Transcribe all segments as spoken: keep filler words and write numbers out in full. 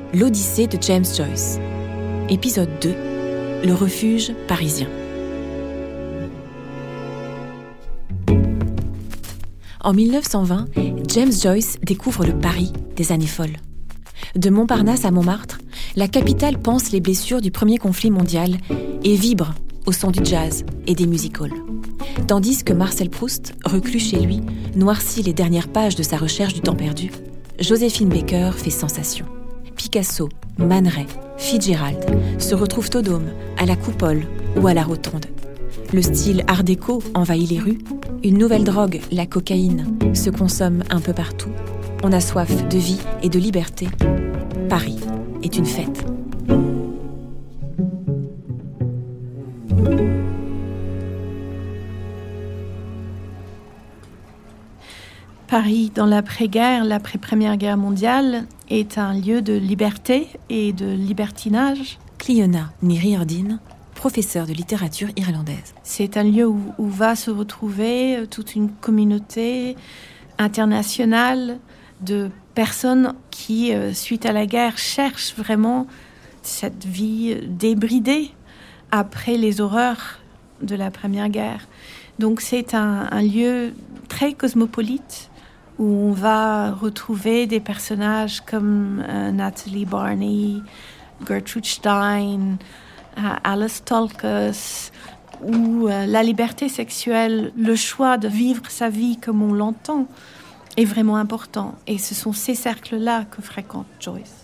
L'Odyssée de James Joyce. Épisode deux. Le refuge parisien. En mille neuf cent vingt, James Joyce découvre le Paris des années folles. De Montparnasse à Montmartre, la capitale panse les blessures du premier conflit mondial et vibre au son du jazz et des music-halls. Tandis que Marcel Proust, reclus chez lui, noircit les dernières pages de sa recherche du temps perdu, Joséphine Baker fait sensation. Picasso, Man Ray, Fitzgerald se retrouvent au Dôme, à la Coupole ou à la Rotonde. Le style art déco envahit les rues. Une nouvelle drogue, la cocaïne, se consomme un peu partout. On a soif de vie et de liberté. Paris est une fête. Paris, dans l'après-guerre, l'après-première guerre mondiale, est un lieu de liberté et de libertinage. Cliona ni Riordan, professeure de littérature irlandaise. C'est un lieu où, où va se retrouver toute une communauté internationale de personnes qui, euh, suite à la guerre, cherchent vraiment cette vie débridée après les horreurs de la Première Guerre. Donc c'est un, un lieu très cosmopolite où on va retrouver des personnages comme euh, Natalie Barney, Gertrude Stein, euh, Alice Tolkien, où euh, la liberté sexuelle, le choix de vivre sa vie comme on l'entend, est vraiment important. Et ce sont ces cercles-là que fréquente Joyce.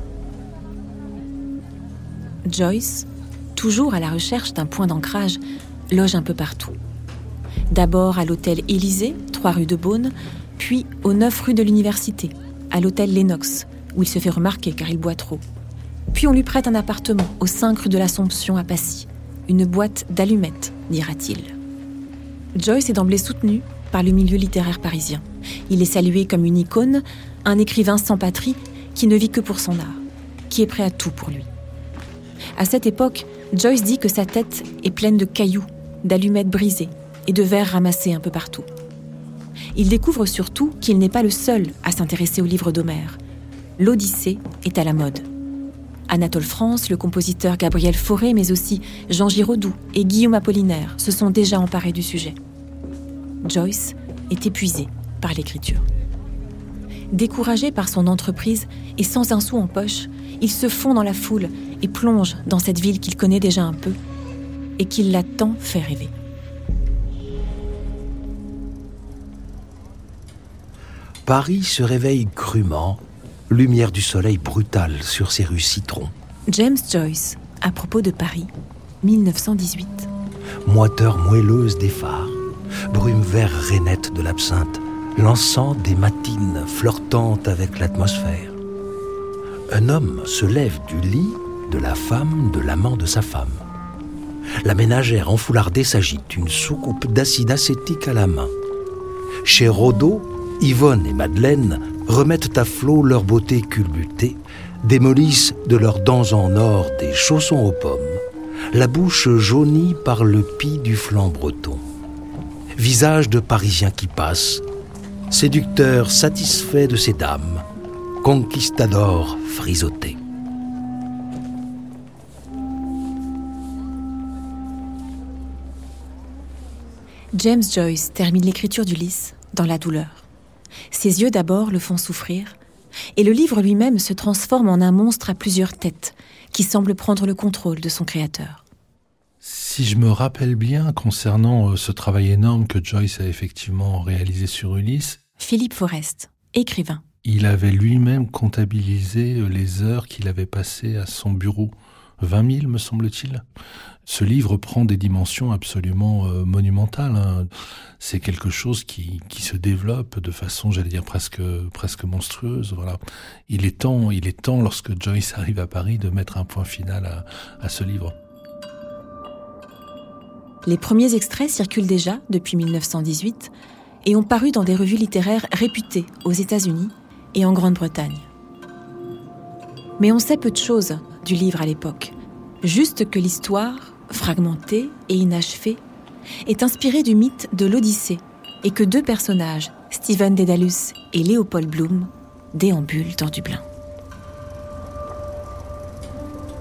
Joyce, toujours à la recherche d'un point d'ancrage, loge un peu partout. D'abord à l'hôtel Élysée, trois rue de Beaune, puis aux neuf rue de l'Université, à l'hôtel Lennox, où il se fait remarquer car il boit trop. Puis on lui prête un appartement aux cinq rue de l'Assomption à Passy, une boîte d'allumettes, dira-t-il. Joyce est d'emblée soutenu par le milieu littéraire parisien. Il est salué comme une icône, un écrivain sans patrie qui ne vit que pour son art, qui est prêt à tout pour lui. À cette époque, Joyce dit que sa tête est pleine de cailloux, d'allumettes brisées et de verres ramassés un peu partout. Il découvre surtout qu'il n'est pas le seul à s'intéresser aux livres d'Homère. L'Odyssée est à la mode. Anatole France, le compositeur Gabriel Fauré, mais aussi Jean Giraudoux et Guillaume Apollinaire se sont déjà emparés du sujet. Joyce est épuisé par l'écriture. Découragé par son entreprise et sans un sou en poche, il se fond dans la foule et plonge dans cette ville qu'il connaît déjà un peu et qui l'a tant fait rêver. Paris se réveille crûment, lumière du soleil brutale sur ses rues citron. James Joyce, à propos de Paris, mille neuf cent dix-huit. Moiteur moelleuse des phares, brume vert rainette de l'absinthe, l'encens des matines flirtant avec l'atmosphère. Un homme se lève du lit de la femme de l'amant de sa femme. La ménagère enfoulardée s'agite, une soucoupe d'acide acétique à la main. Chez Rodot, Yvonne et Madeleine remettent à flot leur beauté culbutée, démolissent de leurs dents en or des chaussons aux pommes, la bouche jaunie par le pis du flanc breton. Visage de Parisien qui passe, séducteur satisfait de ses dames, conquistador frisotté. James Joyce termine l'écriture d'Ulysse dans la douleur. Ses yeux d'abord le font souffrir, et le livre lui-même se transforme en un monstre à plusieurs têtes qui semble prendre le contrôle de son créateur. Si je me rappelle bien concernant ce travail énorme que Joyce a effectivement réalisé sur Ulysse, Philippe Forest, écrivain. Il avait lui-même comptabilisé les heures qu'il avait passées à son bureau. vingt mille, me semble-t-il. Ce livre prend des dimensions absolument euh, monumentales. Hein. C'est quelque chose qui, qui se développe de façon, j'allais dire, presque, presque monstrueuse. Voilà. Il est temps, il est temps, lorsque Joyce arrive à Paris, de mettre un point final à, à ce livre. Les premiers extraits circulent déjà depuis mille neuf cent dix-huit et ont paru dans des revues littéraires réputées aux États-Unis et en Grande-Bretagne. Mais on sait peu de choses du livre à l'époque. Juste que l'histoire, fragmentée et inachevée, est inspirée du mythe de l'Odyssée et que deux personnages, Stephen Dédalus et Léopold Bloom, déambulent dans Dublin.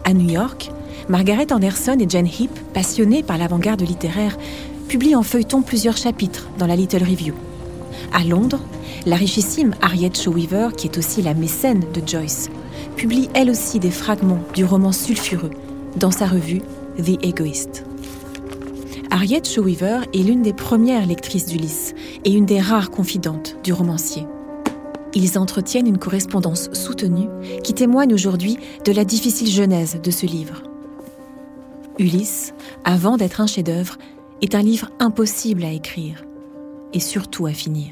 À New York, Margaret Anderson et Jane Heap, passionnées par l'avant-garde littéraire, publient en feuilleton plusieurs chapitres dans la Little Review. À Londres, la richissime Harriet Shaw Weaver, qui est aussi la mécène de Joyce, publie elle aussi des fragments du roman sulfureux dans sa revue The Egoist. Harriet Shaw Weaver est l'une des premières lectrices d'Ulysse et une des rares confidentes du romancier. Ils entretiennent une correspondance soutenue qui témoigne aujourd'hui de la difficile genèse de ce livre. Ulysse, avant d'être un chef-d'œuvre, est un livre impossible à écrire et surtout à finir.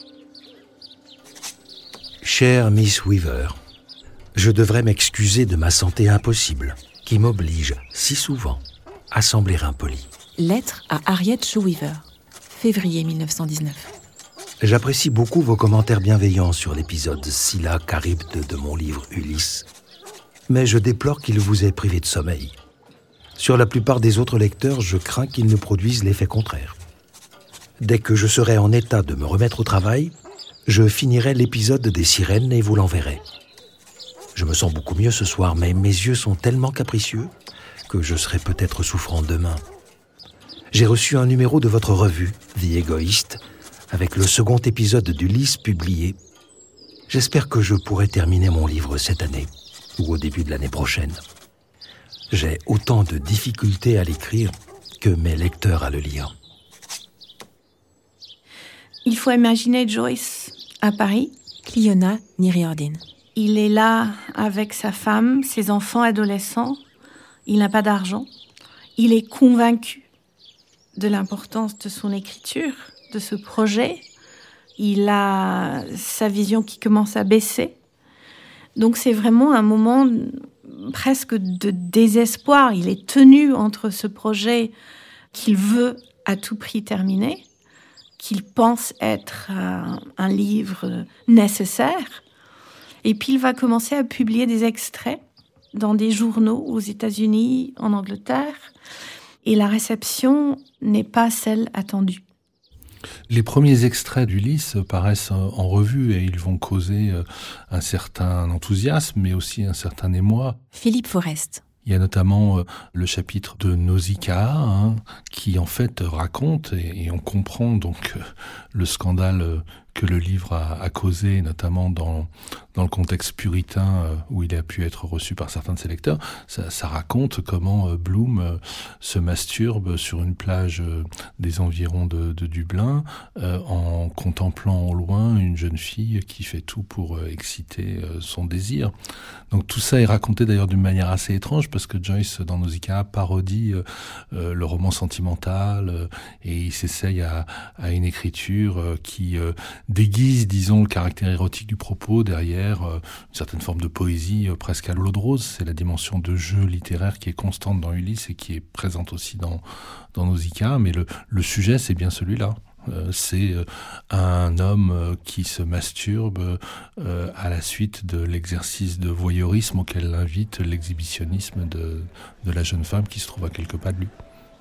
Chère Miss Weaver, je devrais m'excuser de ma santé impossible, qui m'oblige si souvent à sembler impoli. Lettre à Harriet Shaw Weaver, février mille neuf cent dix-neuf. J'apprécie beaucoup vos commentaires bienveillants sur l'épisode Scylla Charybde de mon livre Ulysse, mais je déplore qu'il vous ait privé de sommeil. Sur la plupart des autres lecteurs, je crains qu'ils ne produisent l'effet contraire. Dès que je serai en état de me remettre au travail, je finirai l'épisode des sirènes et vous l'enverrai. Je me sens beaucoup mieux ce soir, mais mes yeux sont tellement capricieux que je serai peut-être souffrant demain. J'ai reçu un numéro de votre revue, The Egoist, avec le second épisode d'Ulysse publié. J'espère que je pourrai terminer mon livre cette année, ou au début de l'année prochaine. J'ai autant de difficultés à l'écrire que mes lecteurs à le lire. Il faut imaginer Joyce à Paris. Cliona Niriordine. Il est là avec sa femme, ses enfants adolescents. Il n'a pas d'argent. Il est convaincu de l'importance de son écriture, de ce projet. Il a sa vision qui commence à baisser. Donc c'est vraiment un moment presque de désespoir. Il est tenu entre ce projet qu'il veut à tout prix terminer, qu'il pense être un, un livre nécessaire. Et puis il va commencer à publier des extraits dans des journaux aux États-Unis, en Angleterre. Et la réception n'est pas celle attendue. Les premiers extraits d'Ulysse paraissent en revue et ils vont causer un certain enthousiasme, mais aussi un certain émoi. Philippe Forest. Il y a notamment euh, le chapitre de Nausicaa, hein, qui en fait raconte, et, et on comprend donc euh, le scandale euh, que le livre a, a causé, notamment dans, dans le contexte puritain euh, où il a pu être reçu par certains de ses lecteurs. Ça, ça raconte comment euh, Bloom euh, se masturbe sur une plage euh, des environs de, de Dublin euh, en contemplant au loin une jeune fille qui fait tout pour euh, exciter euh, son désir. Donc tout ça est raconté d'ailleurs d'une manière assez étrange, parce que Joyce, dans Nausicaa, parodie euh, euh, le roman sentimental euh, et il s'essaye à, à une écriture euh, qui euh, déguise, disons, le caractère érotique du propos derrière euh, une certaine forme de poésie euh, presque à l'eau de rose. C'est la dimension de jeu littéraire qui est constante dans Ulysse et qui est présente aussi dans, dans Nausicaa, mais le, le sujet, c'est bien celui-là. Euh, c'est euh, un homme euh, qui se masturbe euh, à la suite de l'exercice de voyeurisme auquel l'invite l'exhibitionnisme de, de la jeune femme qui se trouve à quelques pas de lui.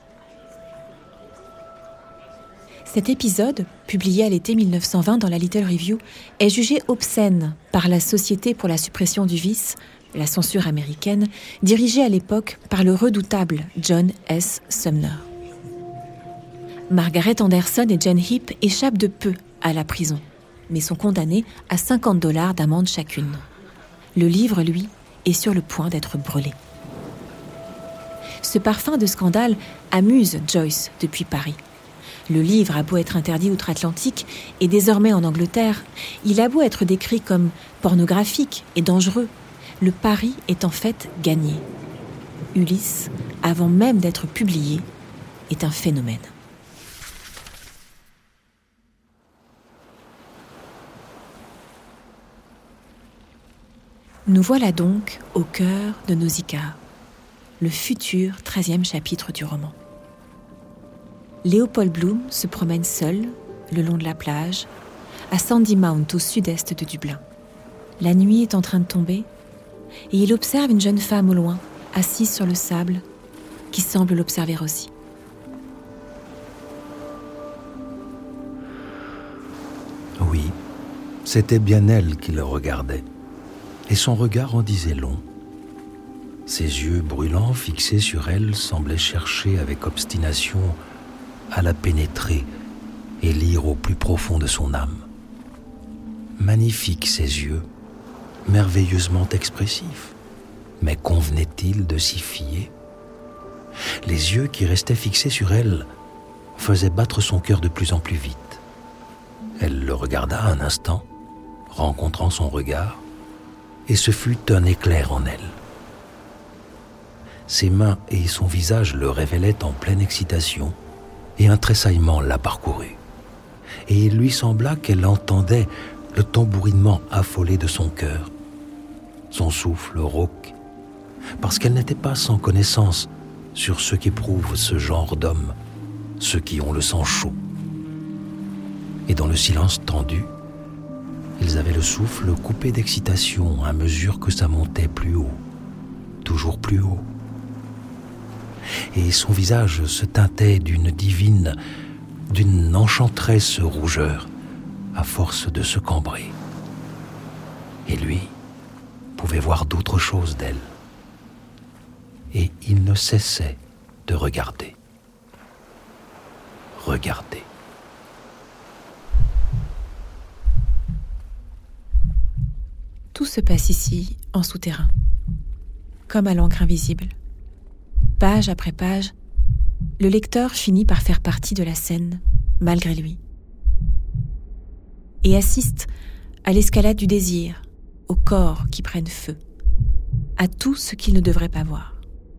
Cet épisode, publié à l'été mille neuf cent vingt dans la Little Review, est jugé obscène par la Société pour la suppression du vice, la censure américaine, dirigée à l'époque par le redoutable John S. Sumner. Margaret Anderson et Jane Heap échappent de peu à la prison, mais sont condamnées à cinquante dollars d'amende chacune. Le livre, lui, est sur le point d'être brûlé. Ce parfum de scandale amuse Joyce depuis Paris. Le livre a beau être interdit outre-Atlantique et désormais en Angleterre, il a beau être décrit comme pornographique et dangereux, le pari est en fait gagné. Ulysse, avant même d'être publié, est un phénomène. Nous voilà donc au cœur de Nausicaa, le futur treizième chapitre du roman. Léopold Bloom se promène seul, le long de la plage, à Sandy Mount, au sud-est de Dublin. La nuit est en train de tomber, et il observe une jeune femme au loin, assise sur le sable, qui semble l'observer aussi. Oui, c'était bien elle qui le regardait. Et son regard en disait long. Ses yeux brûlants fixés sur elle semblaient chercher avec obstination à la pénétrer et lire au plus profond de son âme. Magnifiques ses yeux, merveilleusement expressifs, mais convenait-il de s'y fier ? Les yeux qui restaient fixés sur elle faisaient battre son cœur de plus en plus vite. Elle le regarda un instant, rencontrant son regard, et ce fut un éclair en elle. Ses mains et son visage le révélaient en pleine excitation, et un tressaillement la parcourut. Et il lui sembla qu'elle entendait le tambourinement affolé de son cœur, son souffle rauque, parce qu'elle n'était pas sans connaissance sur ce qu'éprouvent ce genre d'hommes, ceux qui ont le sang chaud. Et dans le silence tendu, ils avaient le souffle coupé d'excitation à mesure que ça montait plus haut, toujours plus haut. Et son visage se teintait d'une divine, d'une enchanteresse rougeur, à force de se cambrer. Et lui pouvait voir d'autres choses d'elle. Et il ne cessait de regarder. Regarder. Tout se passe ici, en souterrain, comme à l'encre invisible. Page après page, le lecteur finit par faire partie de la scène, malgré lui, et assiste à l'escalade du désir, aux corps qui prennent feu, à tout ce qu'il ne devrait pas voir.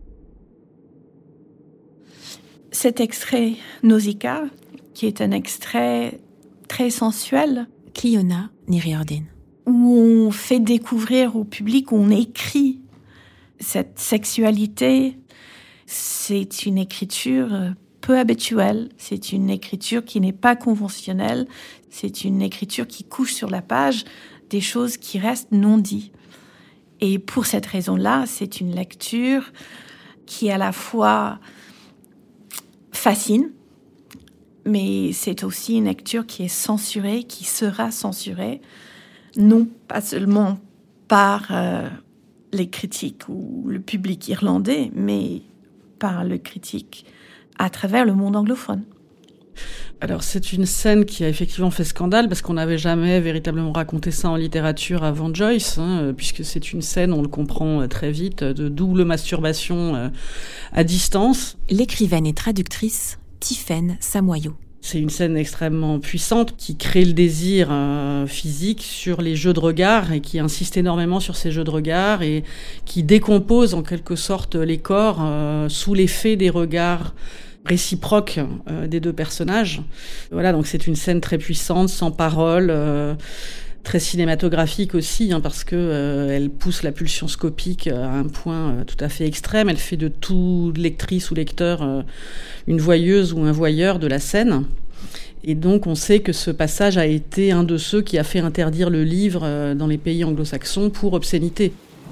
Cet extrait Nausicaa, qui est un extrait très sensuel, Cliona ni Riordan, où on fait découvrir au public, on écrit cette sexualité. C'est une écriture peu habituelle, c'est une écriture qui n'est pas conventionnelle, c'est une écriture qui couche sur la page des choses qui restent non dites. Et pour cette raison-là, c'est une lecture qui à la fois fascine, mais c'est aussi une lecture qui est censurée, qui sera censurée, non pas seulement par euh, les critiques ou le public irlandais, mais par le critique à travers le monde anglophone. Alors c'est une scène qui a effectivement fait scandale parce qu'on n'avait jamais véritablement raconté ça en littérature avant Joyce, hein, puisque c'est une scène, on le comprend très vite, de double masturbation euh, à distance. L'écrivaine et traductrice Tiffaine Samoyau. C'est une scène extrêmement puissante qui crée le désir euh, physique sur les jeux de regard et qui insiste énormément sur ces jeux de regard et qui décompose en quelque sorte les corps euh, sous l'effet des regards réciproques euh, des deux personnages. Voilà, donc c'est une scène très puissante, sans parole, euh, très cinématographique aussi, hein, parce que euh, elle pousse la pulsion scopique à un point euh, tout à fait extrême. Elle fait de toute lectrice ou lecteur euh, une voyeuse ou un voyeur de la scène. Et donc on sait que ce passage a été un de ceux qui a fait interdire le livre euh, dans les pays anglo-saxons pour obscénité.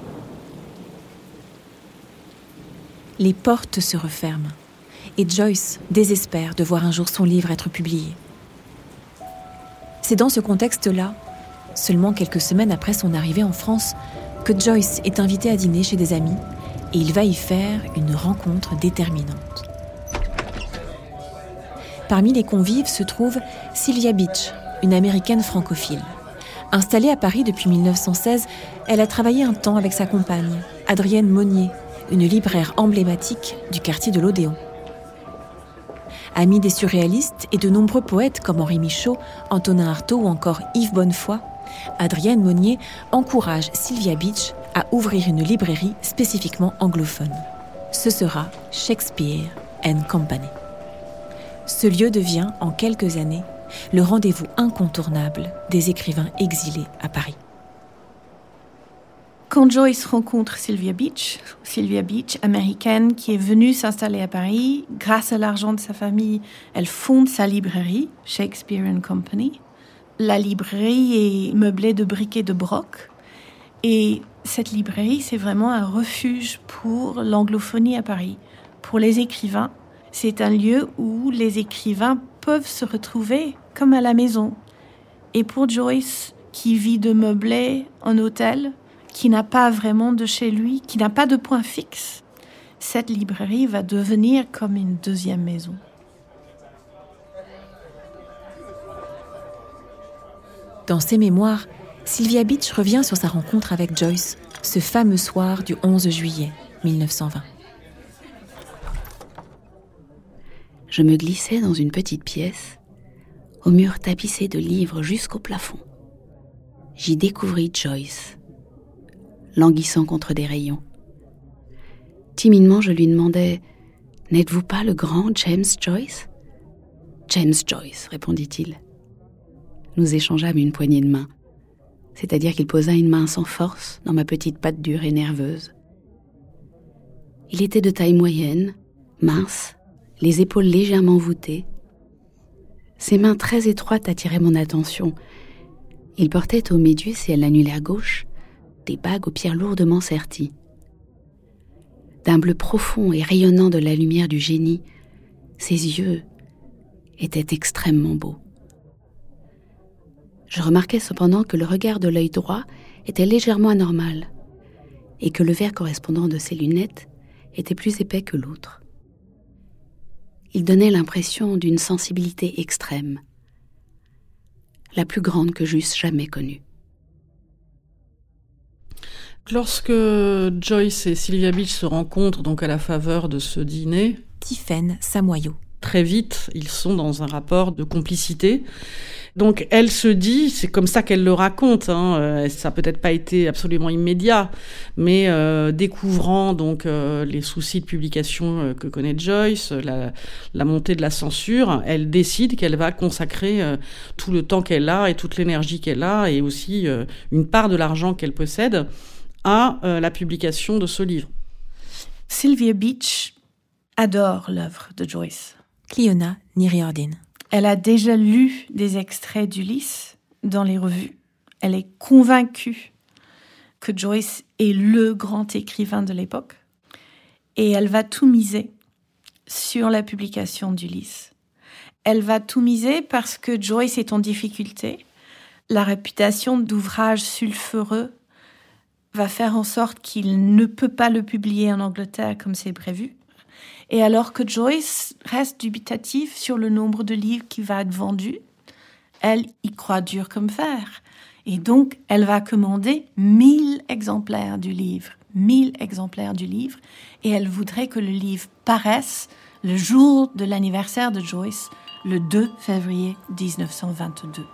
Les portes se referment et Joyce désespère de voir un jour son livre être publié. C'est dans ce contexte-là, seulement quelques semaines après son arrivée en France, que Joyce est invitée à dîner chez des amis et il va y faire une rencontre déterminante. Parmi les convives se trouve Sylvia Beach, une Américaine francophile. Installée à Paris depuis mille neuf cent seize, elle a travaillé un temps avec sa compagne, Adrienne Monnier, une libraire emblématique du quartier de l'Odéon. Amie des surréalistes et de nombreux poètes comme Henri Michaud, Antonin Artaud ou encore Yves Bonnefoy, Adrienne Monnier encourage Sylvia Beach à ouvrir une librairie spécifiquement anglophone. Ce sera Shakespeare and Company. Ce lieu devient, en quelques années, le rendez-vous incontournable des écrivains exilés à Paris. Quand Joyce rencontre Sylvia Beach, Sylvia Beach, américaine, qui est venue s'installer à Paris, grâce à l'argent de sa famille, elle fonde sa librairie, Shakespeare and Company. La librairie est meublée de briquets de broc. Et cette librairie, c'est vraiment un refuge pour l'anglophonie à Paris, pour les écrivains. C'est un lieu où les écrivains peuvent se retrouver comme à la maison. Et pour Joyce, qui vit de meublé en hôtel, qui n'a pas vraiment de chez lui, qui n'a pas de point fixe, cette librairie va devenir comme une deuxième maison. Dans ses mémoires, Sylvia Beach revient sur sa rencontre avec Joyce, ce fameux soir du onze juillet mille neuf cent vingt. Je me glissais dans une petite pièce, au mur tapissé de livres jusqu'au plafond. J'y découvris Joyce, languissant contre des rayons. Timidement, je lui demandai « N'êtes-vous pas le grand James Joyce ?»« James Joyce », répondit-il. Nous échangeâmes une poignée de main, c'est-à-dire qu'il posa une main sans force dans ma petite patte dure et nerveuse. Il était de taille moyenne, mince, les épaules légèrement voûtées. Ses mains très étroites attiraient mon attention. Il portait au médius et à l'annulaire gauche des bagues aux pierres lourdement serties. D'un bleu profond et rayonnant de la lumière du génie, ses yeux étaient extrêmement beaux. Je remarquai cependant que le regard de l'œil droit était légèrement anormal et que le verre correspondant de ses lunettes était plus épais que l'autre. Il donnait l'impression d'une sensibilité extrême, la plus grande que j'eusse jamais connue. Lorsque Joyce et Sylvia Beach se rencontrent donc à la faveur de ce dîner, Tiphaine Samoyau. Très vite, ils sont dans un rapport de complicité. Donc elle se dit, c'est comme ça qu'elle le raconte, hein, ça n'a peut-être pas été absolument immédiat, mais euh, découvrant donc euh, les soucis de publication euh, que connaît Joyce, la, la montée de la censure, elle décide qu'elle va consacrer euh, tout le temps qu'elle a et toute l'énergie qu'elle a et aussi euh, une part de l'argent qu'elle possède à euh, la publication de ce livre. Sylvia Beach adore l'œuvre de Joyce. Cliona Niriordine. Elle a déjà lu des extraits d'Ulysse dans les revues. Elle est convaincue que Joyce est le grand écrivain de l'époque. Et elle va tout miser sur la publication d'Ulysse. Elle va tout miser parce que Joyce est en difficulté. La réputation d'ouvrage sulfureux va faire en sorte qu'il ne peut pas le publier en Angleterre comme c'est prévu. Et alors que Joyce reste dubitative sur le nombre de livres qui va être vendu, elle y croit dur comme fer. Et donc, elle va commander mille exemplaires du livre. Mille exemplaires du livre. Et elle voudrait que le livre paraisse le jour de l'anniversaire de Joyce, le deux février dix-neuf cent vingt-deux.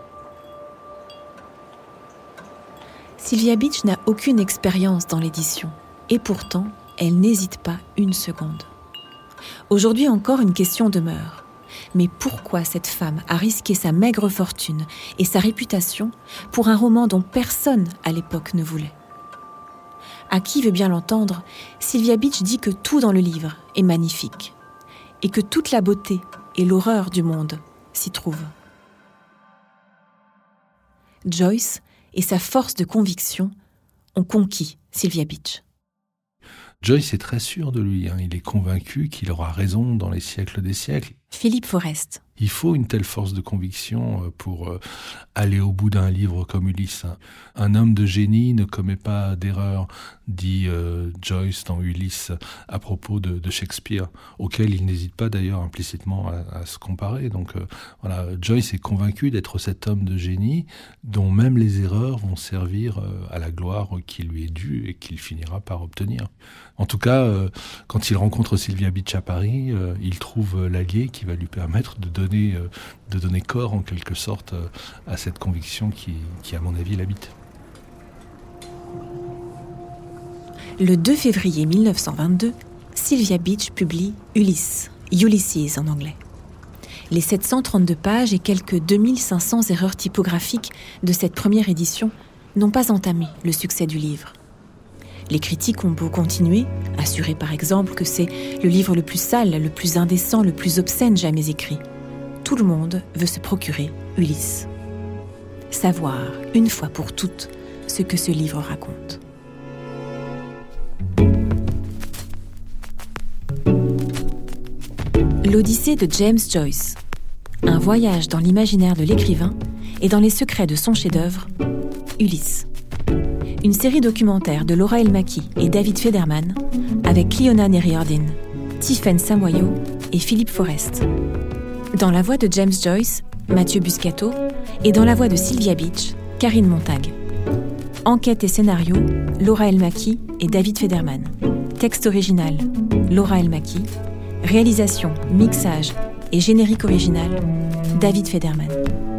Sylvia Beach n'a aucune expérience dans l'édition. Et pourtant, elle n'hésite pas une seconde. Aujourd'hui encore, une question demeure. Mais pourquoi cette femme a risqué sa maigre fortune et sa réputation pour un roman dont personne à l'époque ne voulait ? À qui veut bien l'entendre, Sylvia Beach dit que tout dans le livre est magnifique et que toute la beauté et l'horreur du monde s'y trouvent. Joyce et sa force de conviction ont conquis Sylvia Beach. Joyce est très sûr de lui, hein. Il est convaincu qu'il aura raison dans les siècles des siècles. Philippe Forest. Il faut une telle force de conviction pour aller au bout d'un livre comme Ulysse. Un homme de génie ne commet pas d'erreur, dit euh, Joyce dans Ulysse à propos de, de Shakespeare, auquel il n'hésite pas d'ailleurs implicitement à, à se comparer. Donc euh, voilà, Joyce est convaincu d'être cet homme de génie dont même les erreurs vont servir euh, à la gloire qui lui est due et qu'il finira par obtenir. En tout cas, euh, quand il rencontre Sylvia Beach à Paris, euh, il trouve l'allié qui va lui permettre de donner, euh, de donner corps en quelque sorte euh, à cette conviction qui, qui, à mon avis, l'habite. Le deux février mille neuf cent vingt-deux, Sylvia Beach publie Ulysse, Ulysses en anglais. Les sept cent trente-deux pages et quelques deux mille cinq cents erreurs typographiques de cette première édition n'ont pas entamé le succès du livre. Les critiques ont beau continuer, assurer par exemple que c'est le livre le plus sale, le plus indécent, le plus obscène jamais écrit. Tout le monde veut se procurer Ulysse. Savoir, une fois pour toutes, ce que ce livre raconte. L'Odyssée de James Joyce. Un voyage dans l'imaginaire de l'écrivain et dans les secrets de son chef-d'œuvre, Ulysse. une série documentaire de Laura Elmaki et David Federman avec Cliona Neriordin, Tiffaine Samoyo et Philippe Forest. Dans la voix de James Joyce, Mathieu Buscato, et dans la voix de Sylvia Beach, Karine Montag. Enquête et scénario, Laura Elmaki et David Federman. Texte original, Laura Elmaki. Réalisation, mixage et générique original, David Federman.